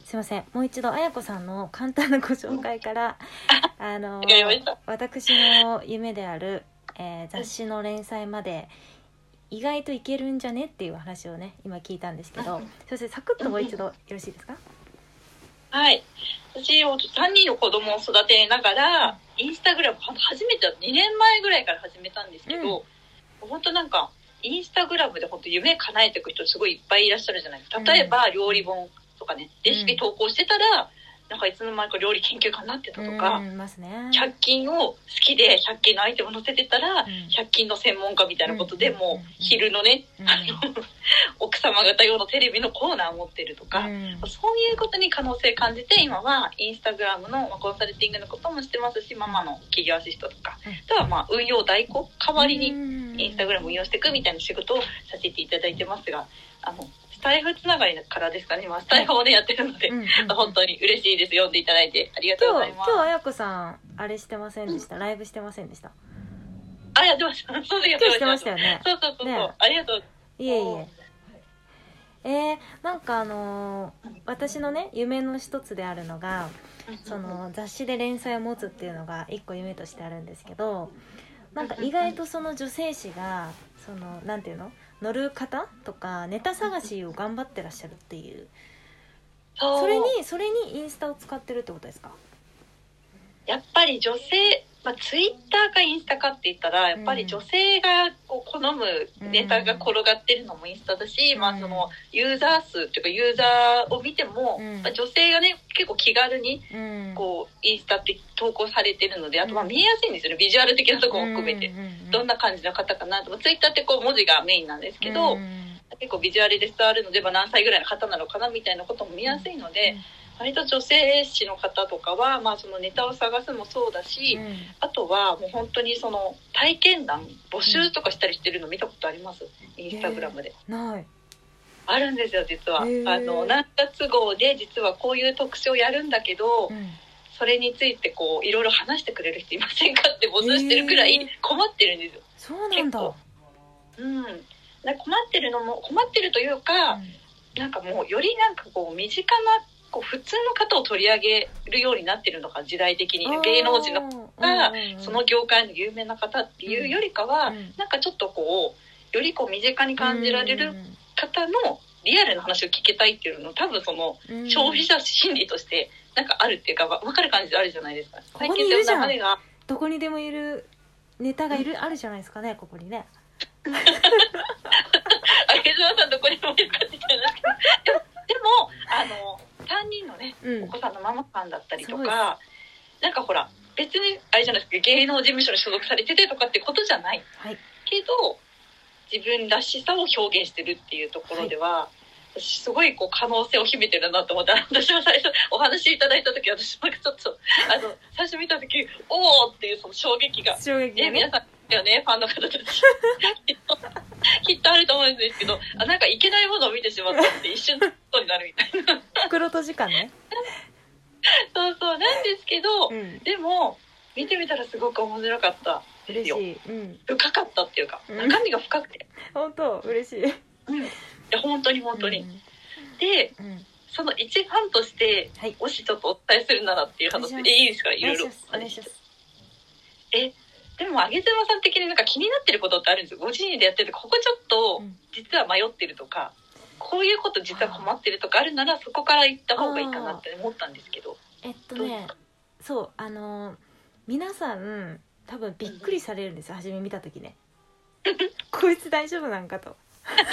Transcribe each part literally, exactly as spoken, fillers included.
すいません、もう一度あやこさんの簡単なご紹介からあの私の夢である、えー、雑誌の連載まで意外といけるんじゃねっていう話をね今聞いたんですけど、そしてサクッともう一度よろしいですか？ はい、私さんにんの子供を育てながらインスタグラム初めてにねんまえぐらいから始めたんですけど、うん、本当なんかインスタグラムで本当夢叶えていく人すごいいっぱいいらっしゃるじゃないですか。例えば料理本とかね、レシピ投稿してたら、なんかいつの間にか料理研究家になってたとか、 うんますね、 ひゃく均を好きでひゃく均のアイテム載せてたら、うん、ひゃく均の専門家みたいなことで、うん、もう昼のね、うん、あの奥様方用のテレビのコーナーを持ってるとか、うん、そういうことに可能性感じて今はインスタグラムのコンサルティングのこともしてますし、ママの企業アシストとか、うん、あとはまあ運用代行代わりにインスタグラムを運用していくみたいな仕事をさせていただいてますが、あのスタイフつながりからですかね、今スタイフをねやってるので、うんうんうん、本当に嬉しいです。読んでいただいてありがとうございます。 今日あやこさんあれしてませんでした、うん、ライブしてませんでした？ あ、やってました。そうです、 今日してましたよね。 そうそうそうそう、ね、ありがとう。 いえいえ。えー、なんかあのー、私のね夢の一つであるのが、その雑誌で連載を持つっていうのが一個夢としてあるんですけど、なんか意外とその女性誌がそのなんていうの乗る方とかネタ探しを頑張ってらっしゃるっていう、それにそれにインスタを使ってるってことですか？ やっぱり女性、まあ、ツイッターかインスタかって言ったらやっぱり女性がこう好むネタが転がってるのもインスタだし、うん、まあ、そのユーザー数っていうかユーザーを見ても、うんまあ、女性がね結構気軽にこうインスタって投稿されてるので、あとまあ見えやすいんですよね、ビジュアル的なところも含めて、どんな感じの方かなと。ツイッターってこう文字がメインなんですけど、結構ビジュアルで伝わるので、まあ、何歳ぐらいの方なのかなみたいなことも見やすいので、割と女性誌の方とかは、まあ、そのネタを探すもそうだし、うん、あとはもう本当にその体験談募集とかしたりしてるの見たことあります？うん、インスタグラムで。 ない。 あるんですよ実は。あの何月号で実はこういう特集をやるんだけど、うん、それについてこういろいろ話してくれる人いませんかって募集してるくらい困ってるんですよ。 そうなんだ。 うん、困ってるのも困ってるというか、うん、なんかもうよりなんかこう身近なこう普通の方を取り上げるようになってるのか、時代的に芸能人の方がその業界の有名な方っていうよりかは、うん、なんかちょっとこうよりこう身近に感じられる方のリアルな話を聞きたいっていうの多分その消費者心理としてなんかあるっていうか分かる感じであるじゃないですか。 ここにいるじゃん、どこにでもいるネタがいる、うん、あるじゃないですかね、ここにね。 あげずまさんどこにもいるかって言ったらでも、でもあのさんにんのね、うん、お子さんのママさんだったりとか、なんかほら別にあれじゃないですか、芸能事務所に所属されててとかってことじゃない、はい、けど自分らしさを表現してるっていうところでは、はい、私すごいこう可能性を秘めてるなと思った。私は最初お話いただいた時、私なんかちょっとあの最初見た時おーっていうその衝撃が衝撃が、ね、 皆さんよね、ファンの方たちきっときっとあると思うんですけど、あなんかいけないものを見てしまったって一瞬ことになるみたいな袋閉じ感ねそうそうなんですけど、うん、でも見てみたらすごく面白かったですよ。 嬉しい、うん、 深かったっていうか、うん、中身が深くて本当嬉しい、うん、いや本当に本当に、うん、で、うん、その一ファンとして、はい、もしちょっとお伝えするならっていう話でいいですか？いろいろお願いします。 えでもあげずまさん的になんか気になってることってあるんですよ。ご自身でやっててここちょっと実は迷ってるとか、うん、こういうこと実は困ってるとかあるならそこから行った方がいいかなって思ったんですけど。 えっとねそうあのー、皆さん多分びっくりされるんですよ、初め見た時ねこいつ大丈夫なんかと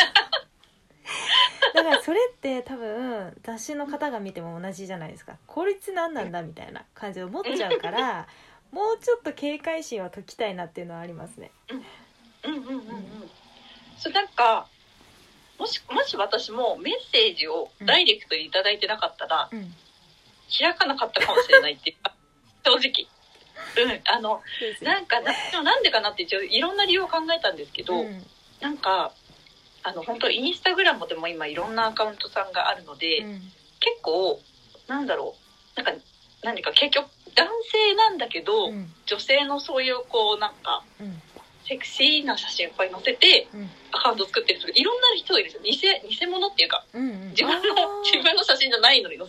だからそれって多分雑誌の方が見ても同じじゃないですか。こいつ何なんだみたいな感じで思っちゃうからもうちょっと警戒心は解きたいなっていうのはありますね。 うんうんうんうんうん。そうなんかもしもし私もメッセージをダイレクトにいただいてなかったら、うん、開かなかったかもしれないっていうか正直。うんあのなんかななんでかなって一応いろんな理由を考えたんですけど、うん、なんかあの本当インスタグラムでも今いろんなアカウントさんがあるので、うん、結構なんだろうなんか何か結局男性なんだけど、うん、女性のそういうこうなんか、うん、セクシーな写真いっぱい載せて、うん、アカウント作ってる人がいろんな人がいるんですよ。偽、偽物っていうか、うんうん、自分の自分の写真じゃないのに載せてると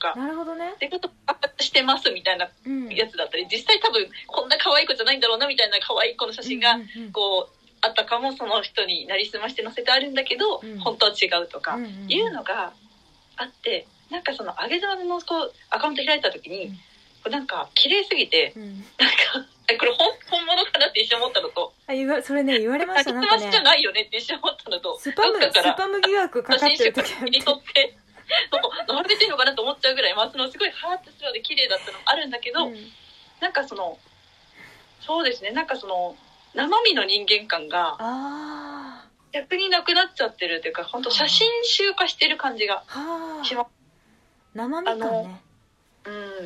か、 なるほどね。 でこと爆発してますみたいなやつだったり、うん、実際多分こんな可愛い子じゃないんだろうなみたいな可愛い子の写真がこうあったかも、その人になりすまして載せてあるんだけど、うん、本当は違うとかいうのがあって、なんかそのあげざまのこうアカウント開いた時に、うん、なんか綺麗すぎて、うん、なんかこれ 本, 本物かなって一瞬思ったのと、 あ言わそれね言われました。なんかねじゃないよねって一瞬思ったのと、 スパムスパム疑惑かかってる時あって、 にとって並べてるのかなと思っちゃうぐらい、まあ、そのすごいハーッとするので綺麗だったのもあるんだけど、うん、なんかそのそうですね、なんかその生身の人間感が逆になくなっちゃってるというか、本当写真集化してる感じがします。 生身感ね。 うん、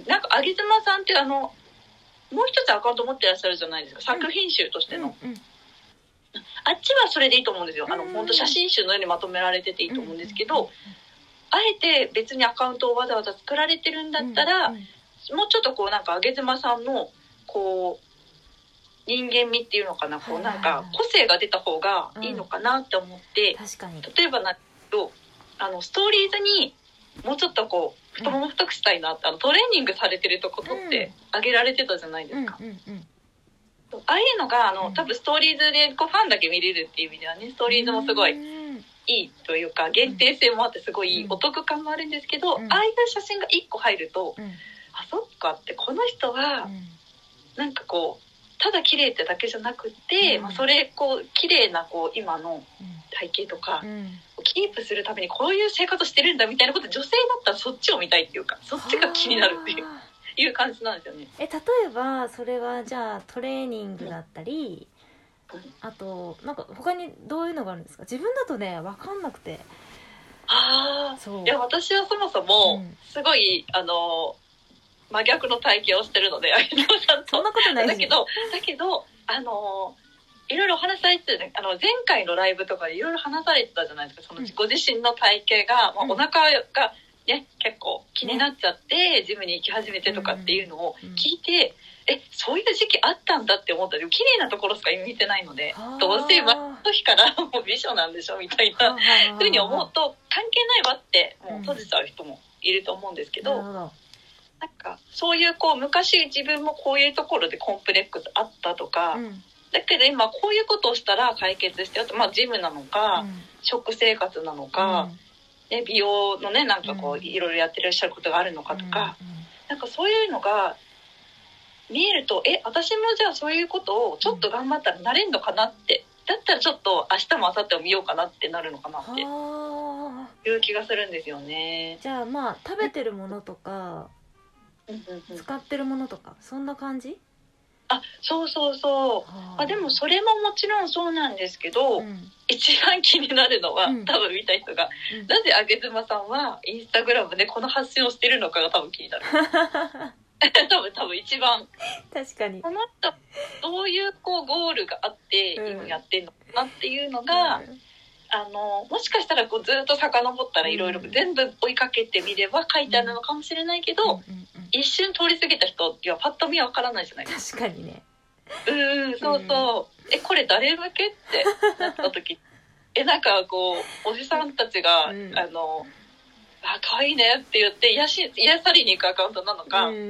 なんかあげずまさんってあのもう一つアカウント持ってらっしゃるじゃないですか、作品集としての、うんうんうん、あっちはそれでいいと思うんですよ。あの本当写真集のようにまとめられてていいと思うんですけど、うんうんうん、あえて別にアカウントをわざわざ作られてるんだったら、うんうん、もうちょっとこうなんかあげずまさんのこう人間味っていうのかな、こうなんか個性が出た方がいいのかなって思って、 うん、確かに例えばなんとあのストーリーズにもうちょっとこう太もも太くしたいなって、うん、あのトレーニングされてるとこ撮ってあげられてたじゃないですか、うんうんうんうん、ああいうのがあの多分ストーリーズでこうファンだけ見れるっていう意味ではね、ストーリーズもすごいいいというか限定性もあってすごいお得感もあるんですけど、うん、ああいう写真がいっこ入ると、うん、あそっかって、この人はなんかこうただ綺麗ってだけじゃなくて、うん、まあ、それこう綺麗なこう今の体型とか、うん、キープするためにこういう生活してるんだみたいなこと、女性だったらそっちを見たいっていうか、そっちが気になるっていういう感じなんですよね。 え、例えばそれはじゃあトレーニングだったり、うん、あとなんか他にどういうのがあるんですか？自分だとね分かんなくて。 ああ、そう。いや私はそもそもすごい、うん、あの真逆の体型をしてるので、あげずまさんと。 そんなことないだけど、だけど、あの、いろいろお話されてて、ね、あの、前回のライブとかでいろいろ話されてたじゃないですか。その、ご自身の体型が、まあ、お腹がね、結構気になっちゃって、ジムに行き始めてとかっていうのを聞いて、え、そういう時期あったんだって思ったら、綺麗なところしか見てないので、どうせ前の時からもう美女なんでしょみたいなふうに思うと、関係ないわって、もう閉じちゃう人もいると思うんですけど、うんなんかそういうこう昔自分もこういうところでコンプレックスあったとか、うん、だけど今こういうことをしたら解決してよと、まあ、ジムなのか、うん、食生活なのか、うん、美容のねなんかこういろいろやってらっしゃることがあるのかとか、うんうん、なんかそういうのが見えると、え私もじゃあそういうことをちょっと頑張ったらなれんのかなって、だったらちょっと明日も明後日も見ようかなってなるのかなっていう気がするんですよね。 じゃあまあ食べてるものとか使ってるものとかそんな感じ？ あ、そうそうそう。あ、でもそれももちろんそうなんですけど、うん、一番気になるのは、うん、多分見た人が、うん、なぜあげずまさんはインスタグラムでこの発信をしてるのかが多分気になる。多分多分一番確かにこの人どういうこうゴールがあって今やってるのかなっていうのが、うんあのもしかしたらこうずっと遡ったらいろいろ全部追いかけてみれば書いてあるのかもしれないけど、うんうんうん、一瞬通り過ぎた人にはパッと見は分からないじゃないですか。確かにね。 うんそうそう、うん、えこれ誰向けってなった時えなんかこうおじさんたちが、うん、あのあ可愛いねって言って癒し癒されに行くアカウントなのか、うんうんうん、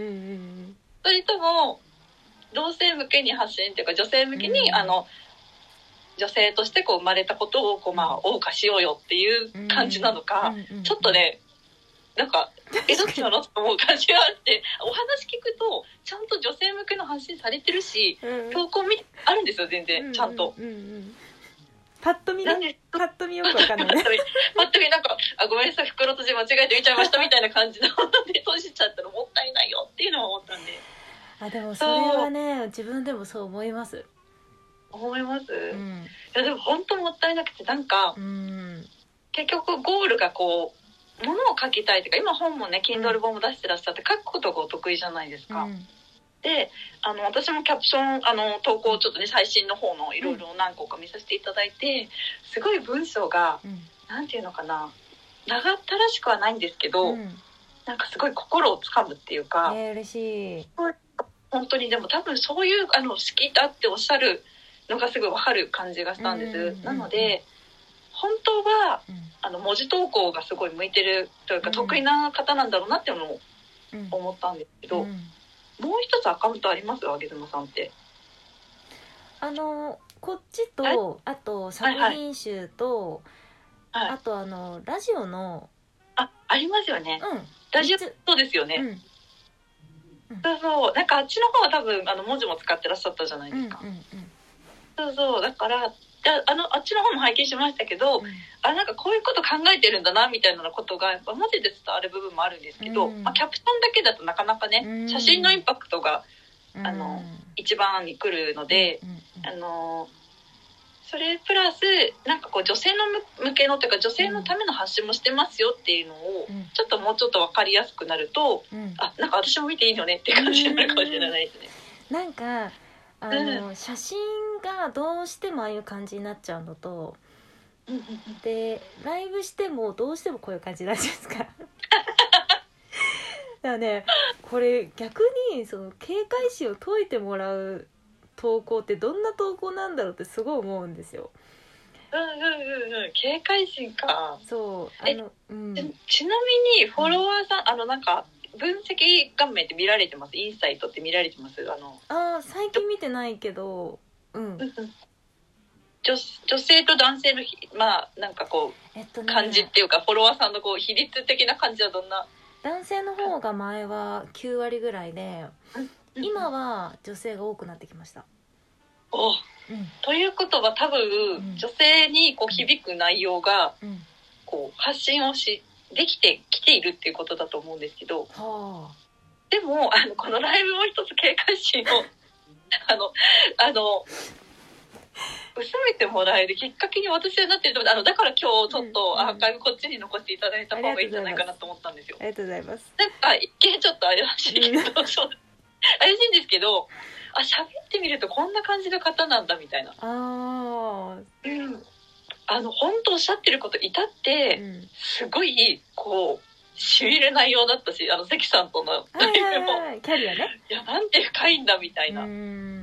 それとも同性向けに発信っていうか女性向けに、うん、あの女性としてこう生まれたことをこう、まあ、謳歌しようよっていう感じなのか、うんうんうん、ちょっとねなんかえどっちなのと思う感じがあって、お話聞くとちゃんと女性向けの発信されてるし、うん、投稿みあるんですよ全然、うんうん、ちゃんと、うんうん、 パッと見ねパッと見よくわかんないパッと見なんかあごめんなさい袋閉じ間違えて見ちゃいましたみたいな感じので閉じちゃったらもったいないよっていうのは思ったんで。 あでもそれはね自分でもそう思います。 思います、うん、いやでも本当もったいなくてなんか、うん、結局ゴールがこう物を書きたいというか今本もね Kindle 本も出してらっしゃって書くことがお得意じゃないですか、うん、であの私もキャプションあの投稿ちょっとね最新の方のいろいろ何個か見させていただいて、すごい文章が、うん、なんていうのかな長ったらしくはないんですけど、うん、なんかすごい心をつかむっていうか、 えー、嬉しい。 本当にでも多分そういうあの好きだっておっしゃるのがすごい分かる感じがしたんです、うんうんうん、なので本本当は、 うん、 あの文字投稿がすごい向いてるというか、 うん、 得意な方なんだろうなっていうのも思ったんですけど、 うん、 もう一つアカウントありますあげずまさんって？ あのこっちとあと作品集と、 はいはい、 あとあのラジオのあありますよね、 うん、 ラジオそうですよね、 うんうん、そうそう、なんかあっちの方は多分あの文字も使ってらっしゃったじゃないですか、 うんうんうん、 そうそう、だからあのあっちの方も拝見しましたけど、うん、あなんかこういうこと考えてるんだなみたいなことがやっぱ文字で伝わる部分もあるんですけど、うん、まあ、キャプションだけだとなかなかね、うん、写真のインパクトが、うん、あの一番に来るので、うん、あのそれプラスなんかこう女性の向けのというか女性のための発信もしてますよっていうのを、うん、ちょっともうちょっと分かりやすくなると、うん、あなんか私も見ていいのねって感じになるかもしれないですね。 なんかあの、うん、写真がどうしてもああいう感じになっちゃうのと、うんうんうん、でライブしてもどうしてもこういう感じになっちゃうんですかだからねこれ逆にその警戒心を解いてもらう投稿ってどんな投稿なんだろうってすごい思うんですよ。 うんうんうんうん、警戒心か。 そうあの、うん、 ちなみにフォロワーさん、うん、あのなんか分析画面って見られてます？インサイトって見られてます？あのあ最近見てないけど、うん、 女, 女性と男性のまあなんかこう、えっとね、感じっていうかフォロワーさんのこう比率的な感じはどんな？ 男性の方が前はきゅうわりぐらいで、うん、今は女性が多くなってきました。 お、うん、ということは多分、うん、女性にこう響く内容が、うん、こう発信をしできてきているっていうことだと思うんですけど、はあ、でもあのこのライブも一つ警戒心をあのあの薄めてもらえるきっかけに私はなってると思う。あのだから今日ちょっとアーカイブこっちに残していただいた方がいいんじゃないかなと思ったんですよ。 ありがとうございます。 なんか一見ちょっと怪しいけど、うん、そう怪しいんですけど、あ喋ってみるとこんな感じの方なんだみたいな。あ、うん、あの本当おっしゃってること至ってすごいこうしみる内容だったし、あの関さんとのライブも、はいはいはい、キャリアね。いやなんて深いんだみたいな。うん、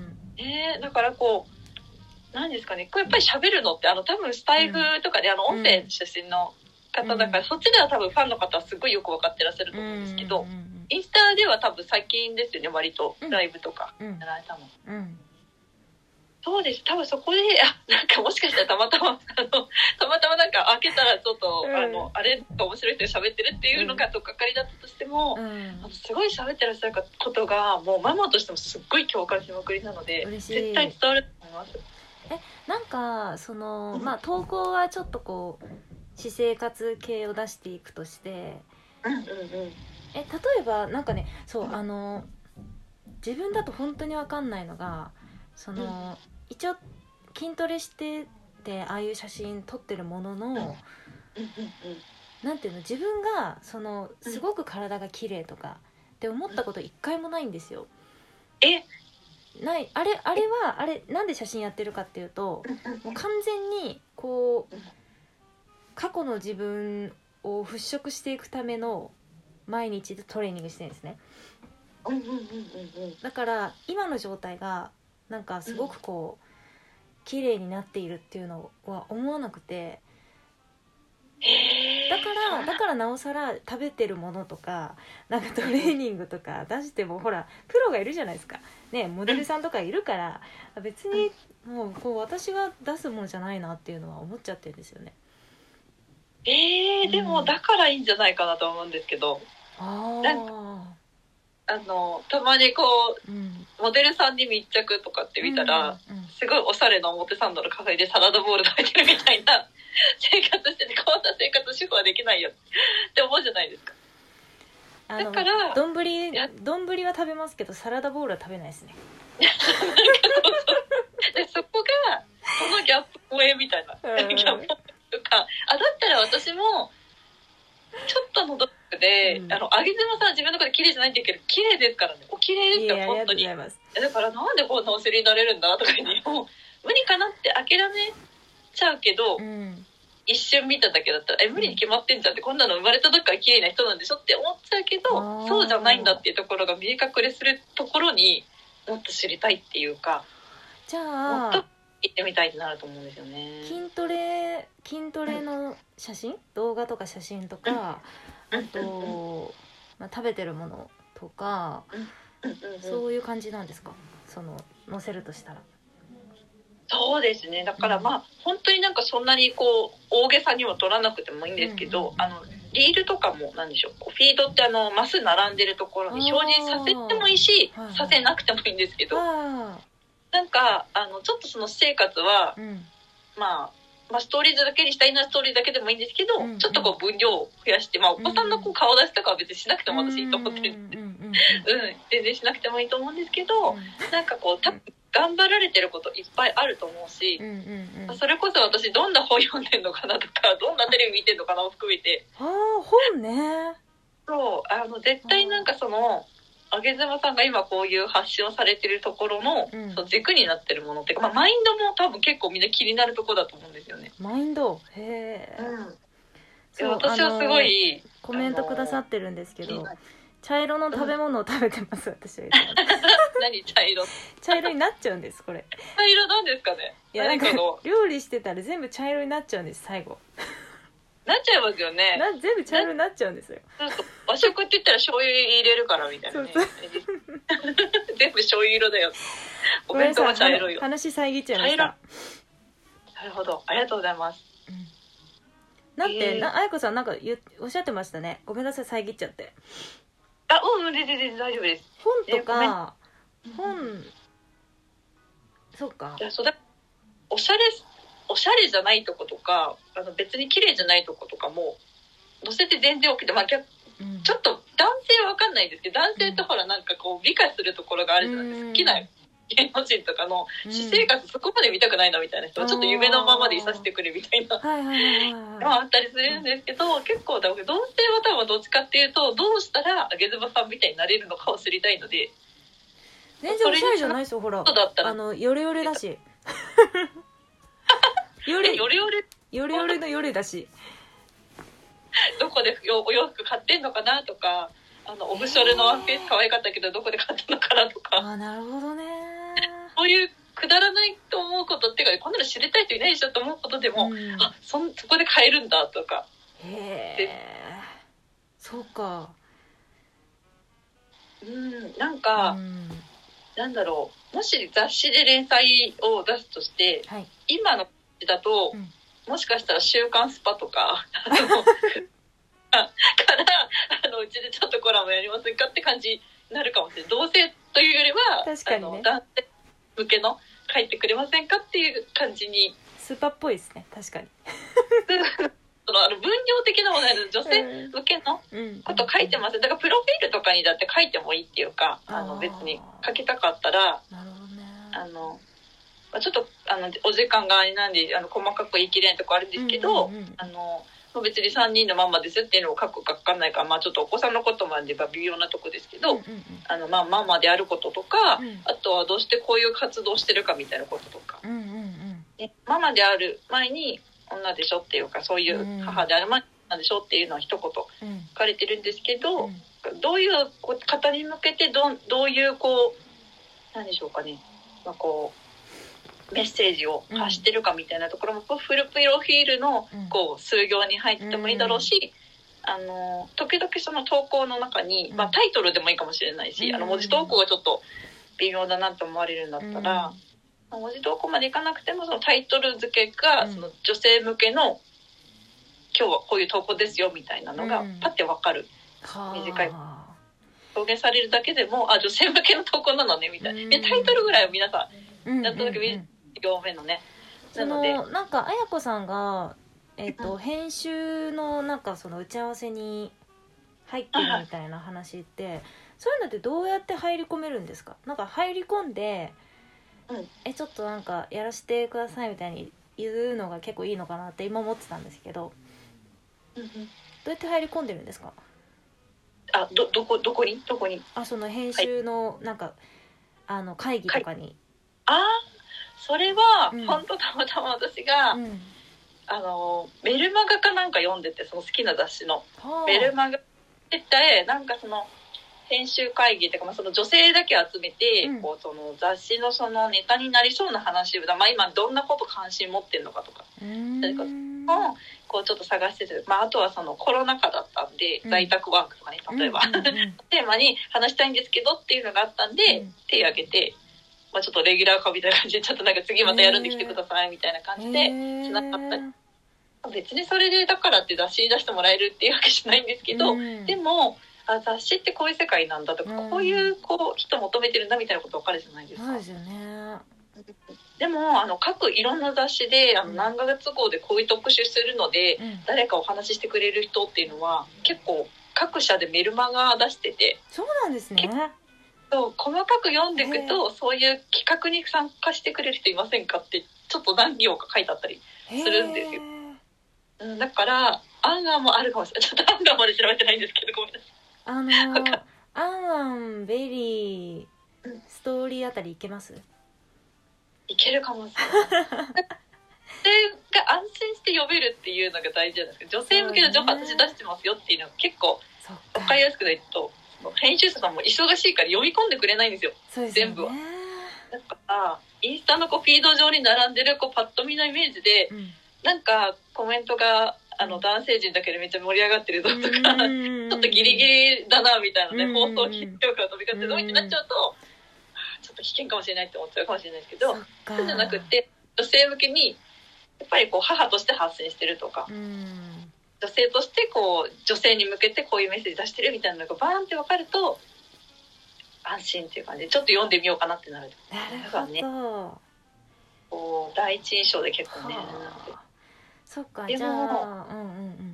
ね、だからこう。何ですかね、これやっぱり喋るのってあの多分スタイフとかで、うん、あの音声出身の方だから、うん、そっちでは多分ファンの方はすごいよく分かってらっしゃると思うんですけど、うん、インスタでは多分最近ですよね割とライブとかやられたの、うんうん、そうです。多分そこであなんかもしかしたらたまたまあのたまたまなんか開けたらちょっと、うん、あのあれ面白い人が喋ってるっていうのがとっかかりだったとしても、うん、あのすごい喋ってらっしゃることがもうママとしてもすっごい共感しまくりなので絶対伝わると思います。 えなんかそのまあ投稿はちょっとこう私生活系を出していくとして、うんうんうん、え例えばなんかねそうあの自分だと本当に分かんないのがその、うん、一応筋トレしててああいう写真撮ってるものの、うんうんうん、なんていうの自分がそのすごく体が綺麗とかって思ったこと一回もないんですよ。 えないあれあれはあれなんで写真やってるかっていうともう完全にこう過去の自分を払拭していくための毎日でトレーニングしてるんですね。だから今の状態がなんかすごくこう綺麗になっているっていうのは思わなくて、だからだからなおさら食べてるものとかなんかトレーニングとか出してもほらプロがいるじゃないですかね、モデルさんとかいるから別にもうこう私が出すものじゃないなっていうのは思っちゃってるんですよね。 えー、でもだからいいんじゃないかなと思うんですけど、うん、なんかあのたまにこう、うん、モデルさんに密着とかって見たら、うんうんうん、すごいおしゃれな表参道のカフェでサラダボウル食べてるみたいな生活しててこんな生活主婦はできないよって思うじゃないですか。 だから丼丼は食べますけどサラダボウルは食べないですねでそこがそのギャップ萌えみたいな、うん、ギャップとかあだったら私もちょっとの努力で、うん、あのあげずまさん自分の中で綺麗じゃないんだけど綺麗ですからね。お綺麗ですから本当に。だからなんでこんなお尻になれるんだとかにもう無理かなって諦めちゃうけど、うん、一瞬見ただけだったらえ無理に決まってんじゃんって、こんなの生まれた時から綺麗な人なんでしょって思っちゃうけど、そうじゃないんだっていうところが見え隠れするところにもっと知りたいっていうか。 じゃあ行ってみたいってなると思うんですよね。 筋トレ筋トレの写真、動画とか写真とか、あと、まあ、食べてるものとか、そういう感じなんですか、その載せるとしたら。 そうですね、だからまあ、うん、本当になんかそんなにこう大げさには撮らなくてもいいんですけど、うんうんうん、あのリールとかもなんでしょう、こうフィードってあのマス並んでるところに表示させてもいいし、はいはい、させなくてもいいんですけど、なんかあのちょっとその私生活は、うん、まあまあ、ストーリーズだけにしたいなストーリーだけでもいいんですけど、うんうん、ちょっとこう分量を増やして、まあ、お子さんのこう顔出しとかは別にしなくても私いいと思ってるんで、うんうんうんうん、全然しなくてもいいと思うんですけど、うん、なんかこう多分頑張られてることいっぱいあると思うし、うんうんうん、それこそ私どんな本読んでんのかなとかどんなテレビ見てんのかなを含めて、 あ本ね、 そうあの絶対なんかそのあげずまさんが今こういう発信をされてるところの、うん、その軸になってるものっていうか、まあ、マインドも多分結構みんな気になるところだと思うんですよね。 マインドへえ、うん、 そう私はすごいコメントくださってるんですけど、茶色の食べ物を食べてます、うん、私は何茶色茶色になっちゃうんですこれ。 茶色なんですかね。 いやなんか料理してたら全部茶色になっちゃうんです最後。 なっちゃいますよね。 な全部茶色になっちゃうんですよ。 和食って言ったら醤油入れるからみたいなね。そうそう全部醤油色だよ。お弁当は茶色いよ。 話遮っちゃいました。なるほど、ありがとうございます。 うん、なんて、えー、なあやこさんなんか言おっしゃってましたね。ごめんなさい遮っちゃって。 あ、うん、全然全然大丈夫です。 本とか、えー、本、うん、そうか。 いや、そうだ。おしゃれおしゃれじゃないとことか、あの別に綺麗じゃないとことかも載せて全然 OK で、まあ、うん、ちょっと男性は分かんないですけど、男性ってほらなんかこう美化するところがあるじゃないですか、うん、好きな芸能人とかの私生活そこまで見たくないなみたいな人はちょっと夢のままでいさせてくれみたいなのはあったりするんですけど、結構だ同性は多分どっちかっていうとどうしたらあげずまさんみたいになれるのかを知りたいので。 全然おしゃれじゃないですよ、ほらあのヨレヨレだしヨレヨレヨレヨレヨレのヨレだしどこでお洋服買ってんのかなとか、あのオフショルのワンピース可愛かったけどどこで買ったのかなとか、 あ、なるほどね。 そういうくだらないと思うことっていうか、こんなの知りたい人いないでしょと思うことでも、うん、あ そ, そこで買えるんだとか。 へえ、そうか。 うんなんか、うん、なんだろう、もし雑誌で連載を出すとして、はい、今のだと、うん、もしかしたら週刊スパとかあのからあのうちでちょっとコラムやりませんかって感じになるかもしれない。同性というよりは確かに、ね、 あの男性向けの書いてくれませんかっていう感じに、 スーパーっぽいですね、確かにそのあの分量的なもので女性向けのこと書いてます。だからプロフィールとかにだって書いてもいいっていうか、あの別に書きたかったら、 なるほどね、 あのちょっとあのお時間があれなんであの細かく言い切れないとこあるんですけど、うんうんうん、あの別にさんにんのママですっていうのを書くか書かないか、まあ、ちょっとお子さんのことまでは微妙なとこですけど、うんうんうん、あのまあ、ママであることとか、うん、あとはどうしてこういう活動してるかみたいなこととか、 うんうんうん、 でママである前に女でしょっていうか、そういう母である前に女でしょっていうのは一言書かれてるんですけど、うん、どういう方に向けて ど, どういうこうなんでしょうかね、まあ、こうメッセージを発してるかみたいなところも、うん、フルプロフィールのこう数行に入ってもいいだろうし、うん、あの時々その投稿の中に、うんまあ、タイトルでもいいかもしれないし、うん、あの文字投稿がちょっと微妙だなと思われるんだったら、うん、文字投稿までいかなくてもそのタイトル付けがその女性向けの今日はこういう投稿ですよみたいなのがパッて分かる、うん、短い表現されるだけでも、あ、女性向けの投稿なのねみたいな、うん、でタイトルぐらいは皆さんなんとなく見表面のね、 そのなんかあやこさんが、えーとうん、編集のなんかその打ち合わせに入ってるみたいな話って、そういうのってどうやって入り込めるんですか？なんか入り込んで、うん、えちょっとなんかやらせてくださいみたいに言うのが結構いいのかなって今思ってたんですけど、うんうん、どうやって入り込んでるんですか？ あ、どどこどこにどこに？ あ、その編集のなんか、はい、あの会議とかに。 ああ。それは、うん、本当たまたま私が、うん、あのメルマガかなんか読んでて、その好きな雑誌のメルマガってなんかその編集会議というか、まあ、その女性だけ集めて、 うん、 こうその雑誌のそのネタになりそうな話を、まあ、今どんなこと関心持ってるのかとか、 うーん、 をこうちょっと探してて、まあ、あとはそのコロナ禍だったんで、 うん、 在宅ワークとかね、例えば、 うんうんうん、 テーマに話したいんですけどっていうのがあったんで、 うん、 手を挙げて、まあ、ちょっとレギュラー化みたいな感じで、ちょっとなんか次またやるんで来てくださいみたいな感じでつながったり、別にそれでだからって雑誌に出してもらえるっていうわけじゃないんですけど、うん、でもあ雑誌ってこういう世界なんだとか、うん、こういうこう人求めてるんだみたいなこと分かるじゃないですか。 そうですよね。 でもあの各いろんな雑誌であの何ヶ月号でこういう特集するので、うん、誰かお話ししてくれる人っていうのは結構各社でメルマガ出してて。 そうなんですね。 そう細かく読んでいくとそういう企画に参加してくれる人いませんかってちょっと何行か書いてあったりするんですよ。うん、だからアンアンもあるかもしれない。ちょっとアンアンまで調べてないんですけどごめんなさい。 あのー、アンアンベリーストーリーあたりいけます？ いけるかもしれない。それが安心して読めるっていうのが大事じゃないですか。女性向けの情報私出してますよっていうのが結構分かりやすくないと編集者さんも忙しいから読み込んでくれないんですよ。 そうですよね。 全部は。だからインスタのこうフィード上に並んでるこうパッと見のイメージで、うん、なんかコメントがあの男性陣だけでめっちゃ盛り上がってるぞとか、ちょっとギリギリだなみたいなね、放送機能から飛び交ってるぞってなっちゃうと、ちょっと危険かもしれないって思っちゃうかもしれないですけど、そうじゃなくて女性向けにやっぱりこう母として発信してるとか、女性としてこう女性に向けてこういうメッセージ出してるみたいなのがバーンって分かると安心っていう感じでちょっと読んでみようかなってなる。 なるほど。ね、 こう第一印象で結構ね。 そっか。じゃあ、うんうんうん。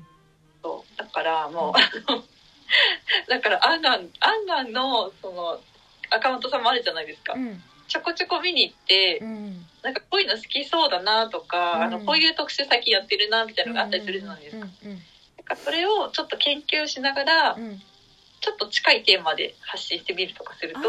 そうだからもうだからアンガンアンガンのそのアカウントさんもあるじゃないですか。うん、ちょこちょこ見に行って、うん、なんかこういうの好きそうだなとか、うん、あのこういう特集先やってるなみたいなのがあったりするじゃないですか。うんうんうん、なんかそれをちょっと研究しながら、うん、ちょっと近いテーマで発信してみるとかすると、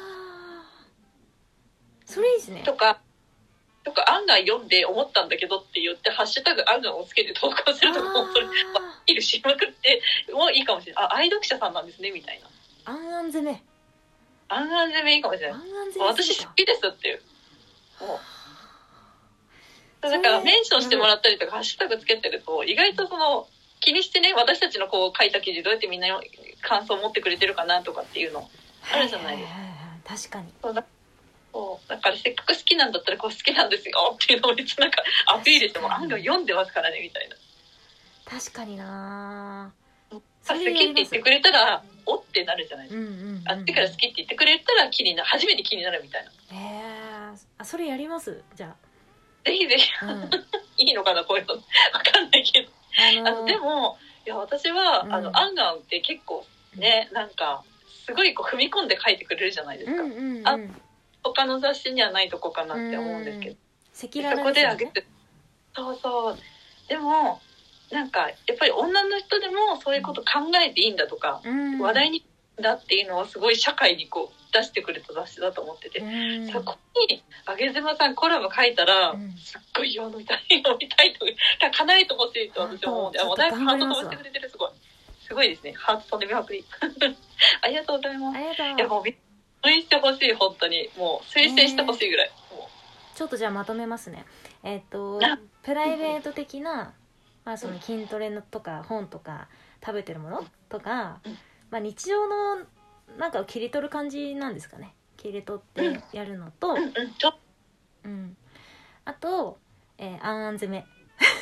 それいいですね。 とかとか案外読んで思ったんだけどって言ってハッシュタグ案外をつけて投稿するとかもそれアピールしまくってもういいかもしれない。あ、愛読者さんなんですねみたいな。 あんあん攻め。 あんあん攻めいいかもしれない。私好きですっていう。もうだからメンションしてもらったりとかハッシュタグつけてると意外とその気にしてね、私たちのこう書いた記事どうやってみんな感想を持ってくれてるかなとかっていうのあるじゃないですか。 はいはいはいはい、確かに。 そうだそうだからせっかく好きなんだったらこう好きなんですよっていうのを別になんかアピールしても案外読んでますからねみたいな。 確かにな。 好きって言ってくれたらおってなるじゃないですか。うんうんうん、あってから好きって言ってくれたら気にな初めて気になるみたいな。 へー、あ、それやりますじゃあ。 ぜひぜひ、うん、いいのかなこういうのわかんないけど、あのー、あのでもいや私は、うん、あのアンガンって結構ねなんかすごいこう踏み込んで書いてくれるじゃないですか。うんうんうん、あ他の雑誌にはないとこかなって思うんですけど、 赤裸々ですね、 そこであげてそうそうでもなんかやっぱり女の人でもそういうこと考えていいんだとか、うん、話題にだっていうのをすごい社会にこう出してくれた雑誌だと思ってて、うん、そこに上妻さんコラム書いたら、うん、すっごい読みたい読みたいとか叶えてほしいと私は思うんで、もうだいぶハート飛ばしてくれてる。すごいすごいですね。ハート飛んでみまくりありがとうございます。 ありがとう。 いやもうびっくりしてほしい。本当にもう推薦してほしいぐらい、えー、もうちょっとじゃあまとめますね。えっ、ー、とプライベート的な、まあ、その筋トレのとか本とか食べてるものとか、まあ、日常のなんかを切り取る感じなんですかね。切り取ってやるのと、うん、あと、えー、あんあん攻め、うん、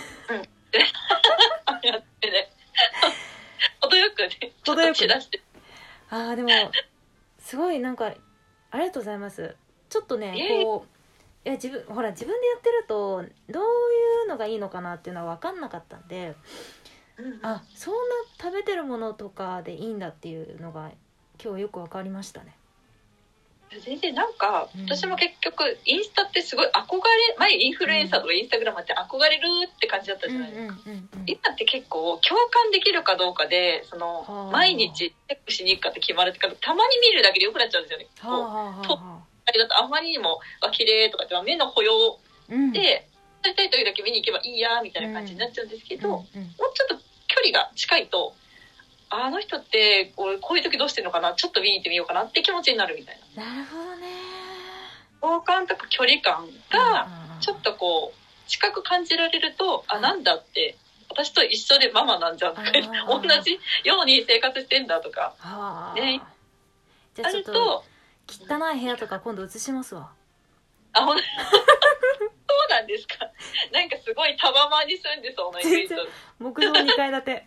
あやってね程よくねちょっと散らして。 あーでもすごいなんかありがとうございます。ちょっとねこういや自分ほら自分でやってるとどういうのがいいのかなっていうのは分かんなかったんで、うん、あそんな食べてるものとかでいいんだっていうのが今日よく分かりましたね。 全然なんか、うん、私も結局インスタってすごい憧れ前インフルエンサーとかインスタグラムって憧れるって感じだったじゃないですか、うんうんうんうん、今って結構共感できるかどうかでその毎日チェックしに行くかって決まるってかたまに見るだけでよくなっちゃうんですよね。こうとあれだとあまりにもあ綺麗とかって目の保養で、うん、撮りたい時だけ見に行けばいいやみたいな感じになっちゃうんですけど、うんうんうん、もうちょっと距離が近いとあの人って俺こういう時どうしてるのかな、ちょっと見に行ってみようかなって気持ちになるみたいな。 なるほどね。 共感とか距離感がちょっとこう近く感じられると、あ、なんだって私と一緒でママなんじゃんとか、同じように生活してんだとか、ね、 じゃあちょっと汚い部屋とか今度移しますわ。 あ、ほんそうなんですか。なんかすごいタワマンに住んでそうなイメージ。 木造にかい建て。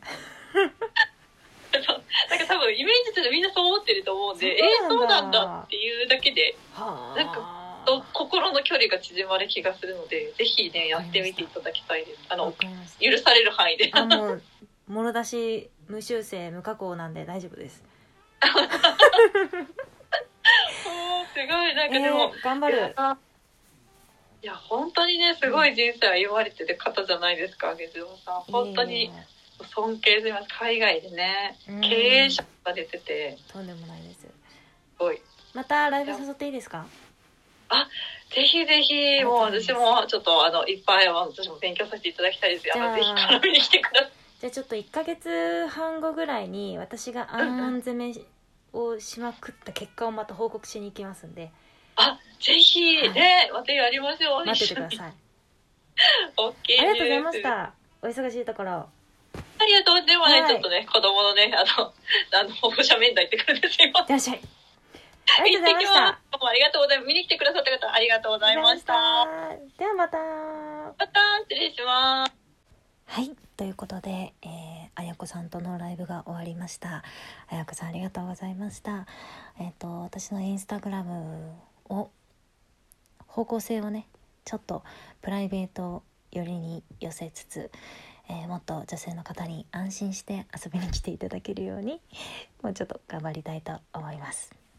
なんか多分イメージとしてみんなそう思ってると思うんで、えー、そうなんだっていうだけでなんかと心の距離が縮まる気がするので、ぜひねやってみていただきたいです。あの許される範囲で。 あ、もうもろ出し無修正無加工なんで大丈夫です。 すごいなんかでも、 えー、頑張る。 いや本当にねすごい人生歩まれてる方じゃないですか、月郎さん。本当に尊敬します。海外でね経営者が出てて、 とんでもないです。すごい。 またライブ誘っていいですか？ あ、ぜひぜひ。もう私もちょっとあのいっぱい私も勉強させていただきたいですよ。あのぜひ絡みに来てください。 じゃあちょっといっかげつはんごぐらいに私があんあん攻めをしまくった結果をまた報告しに行きますんで。 あ、ぜひ、はい、ね、またやりましょう。 待っててください。 オッケー。 ありがとうございました。お忙しいところ。 ありがとう。でもね、はい、ちょっとね、子供のね、あの、あの保護者面談行ってくるんですよ。いらっしゃい。ありがとうございました。 どうもありがとうございます。見に来てくださった方、ありがとうございました。 ではまた。 また、失礼します。 はい、ということで、えー、あやこさんとのライブが終わりました。あやこさんありがとうございました。えっと、私のインスタグラムを方向性をねちょっとプライベート寄りに寄せつつ、えー、もっと女性の方に安心して遊びに来ていただけるようにもうちょっと頑張りたいと思います。